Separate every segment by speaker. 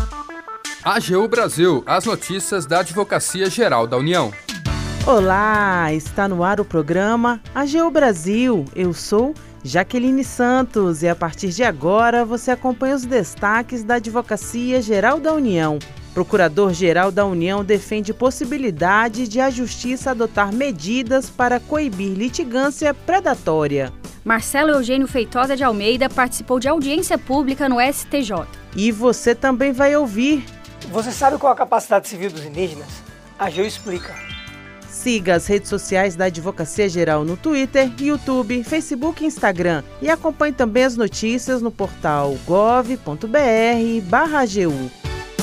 Speaker 1: AGU Brasil, as notícias da Advocacia Geral da União.
Speaker 2: Olá, está no ar o programa AGU Brasil. Eu sou Jaqueline Santos e a partir de agora você acompanha os destaques da Advocacia Geral da União. Procurador-Geral da União defende possibilidade de a Justiça adotar medidas para coibir litigância predatória.
Speaker 3: Marcelo Eugênio Feitosa de Almeida participou de audiência pública no STJ.
Speaker 2: E você também vai ouvir.
Speaker 4: Você sabe qual a capacidade civil dos indígenas? A AGU explica.
Speaker 2: Siga as redes sociais da Advocacia Geral no Twitter, YouTube, Facebook e Instagram. E acompanhe também as notícias no portal gov.br/AGU.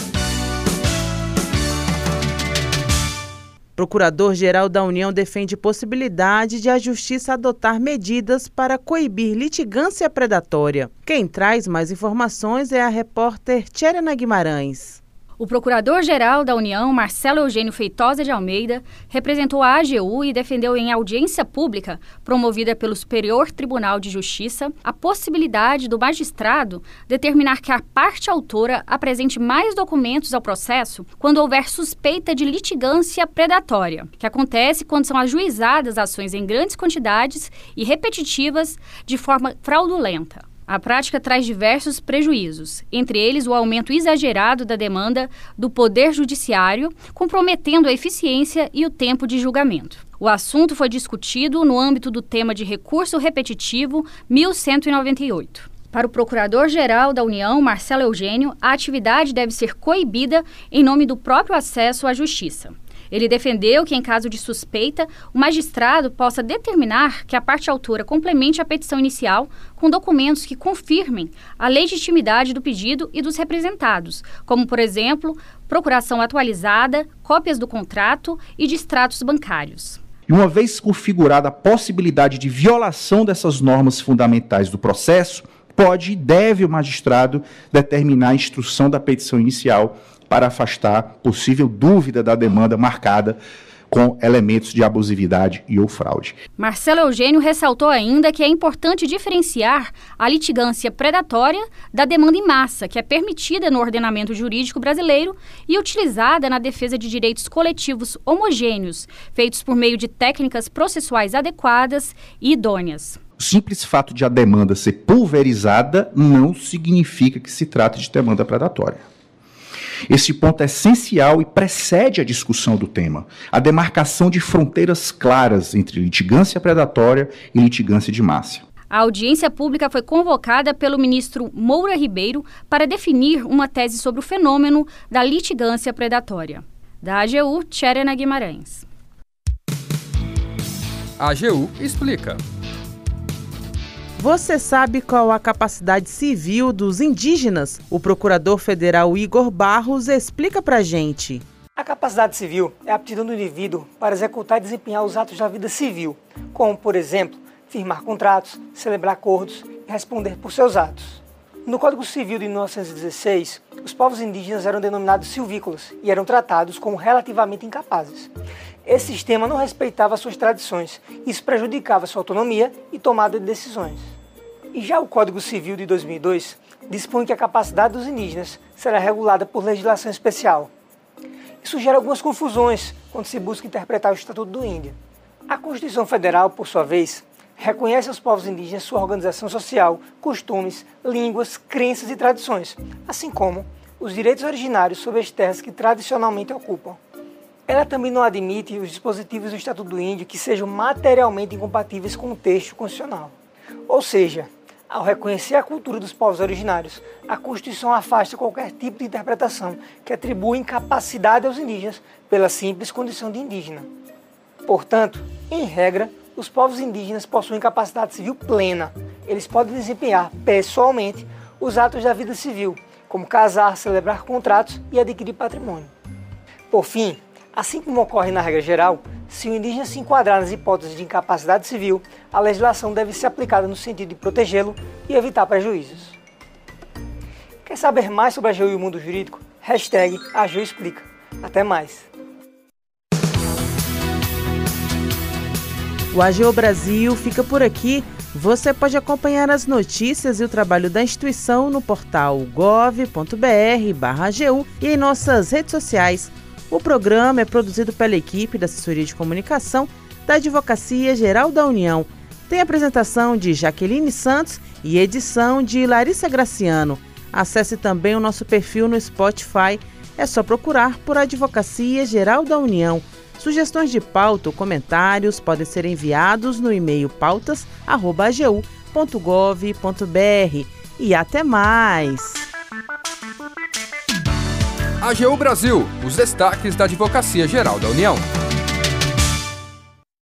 Speaker 2: Procurador-Geral da União defende possibilidade de a Justiça adotar medidas para coibir litigância predatória. Quem traz mais informações é a repórter Tcherena Guimarães.
Speaker 3: O Procurador-Geral da União, Marcelo Eugênio Feitosa de Almeida, representou a AGU e defendeu em audiência pública, promovida pelo Superior Tribunal de Justiça, a possibilidade do magistrado determinar que a parte autora apresente mais documentos ao processo quando houver suspeita de litigância predatória, que acontece quando são ajuizadas ações em grandes quantidades e repetitivas de forma fraudulenta. A prática traz diversos prejuízos, entre eles o aumento exagerado da demanda do Poder Judiciário, comprometendo a eficiência e o tempo de julgamento. O assunto foi discutido no âmbito do tema de recurso repetitivo 1198. Para o Procurador-Geral da União, Marcelo Eugênio, a atividade deve ser coibida em nome do próprio acesso à justiça. Ele defendeu que, em caso de suspeita, o magistrado possa determinar que a parte autora complemente a petição inicial com documentos que confirmem a legitimidade do pedido e dos representados, como, por exemplo, procuração atualizada, cópias do contrato e de extratos bancários.
Speaker 5: E uma vez configurada a possibilidade de violação dessas normas fundamentais do processo, pode e deve o magistrado determinar a instrução da petição inicial para afastar possível dúvida da demanda marcada com elementos de abusividade e ou fraude.
Speaker 3: Marcelo Eugênio ressaltou ainda que é importante diferenciar a litigância predatória da demanda em massa, que é permitida no ordenamento jurídico brasileiro e utilizada na defesa de direitos coletivos homogêneos, feitos por meio de técnicas processuais adequadas e idôneas.
Speaker 5: O simples fato de a demanda ser pulverizada não significa que se trata de demanda predatória. Esse ponto é essencial e precede a discussão do tema, a demarcação de fronteiras claras entre litigância predatória e litigância de massa.
Speaker 3: A audiência pública foi convocada pelo ministro Moura Ribeiro para definir uma tese sobre o fenômeno da litigância predatória. Da AGU, Tcherena Guimarães.
Speaker 1: A AGU explica.
Speaker 2: Você sabe qual a capacidade civil dos indígenas? O procurador federal Igor Barros explica pra gente.
Speaker 4: A capacidade civil é a aptidão do indivíduo para executar e desempenhar os atos da vida civil, como, por exemplo, firmar contratos, celebrar acordos e responder por seus atos. No Código Civil de 1916, os povos indígenas eram denominados silvícolas e eram tratados como relativamente incapazes. Esse sistema não respeitava suas tradições, isso prejudicava sua autonomia e tomada de decisões. E já o Código Civil de 2002 dispõe que a capacidade dos indígenas será regulada por legislação especial. Isso gera algumas confusões quando se busca interpretar o Estatuto do Índio. A Constituição Federal, por sua vez, reconhece aos povos indígenas sua organização social, costumes, línguas, crenças e tradições, assim como os direitos originários sobre as terras que tradicionalmente ocupam. Ela também não admite os dispositivos do Estatuto do Índio que sejam materialmente incompatíveis com o texto constitucional. Ou seja, ao reconhecer a cultura dos povos originários, a Constituição afasta qualquer tipo de interpretação que atribua incapacidade aos indígenas pela simples condição de indígena. Portanto, em regra, os povos indígenas possuem capacidade civil plena. Eles podem desempenhar pessoalmente os atos da vida civil, como casar, celebrar contratos e adquirir patrimônio. Por fim, assim como ocorre na regra geral, se o indígena se enquadrar nas hipóteses de incapacidade civil, a legislação deve ser aplicada no sentido de protegê-lo e evitar prejuízos. Quer saber mais sobre a AGU e o mundo jurídico? #AGU Explica. Até mais!
Speaker 2: O AGU Brasil fica por aqui. Você pode acompanhar as notícias e o trabalho da instituição no portal gov.br/AGU e em nossas redes sociais. O programa é produzido pela equipe da Assessoria de Comunicação da Advocacia Geral da União. Tem apresentação de Jaqueline Santos e edição de Larissa Graciano. Acesse também o nosso perfil no Spotify. É só procurar por Advocacia Geral da União. Sugestões de pauta ou comentários podem ser enviados no e-mail pautas@agu.gov.br. E até mais!
Speaker 1: AGU Brasil, os destaques da Advocacia Geral da União.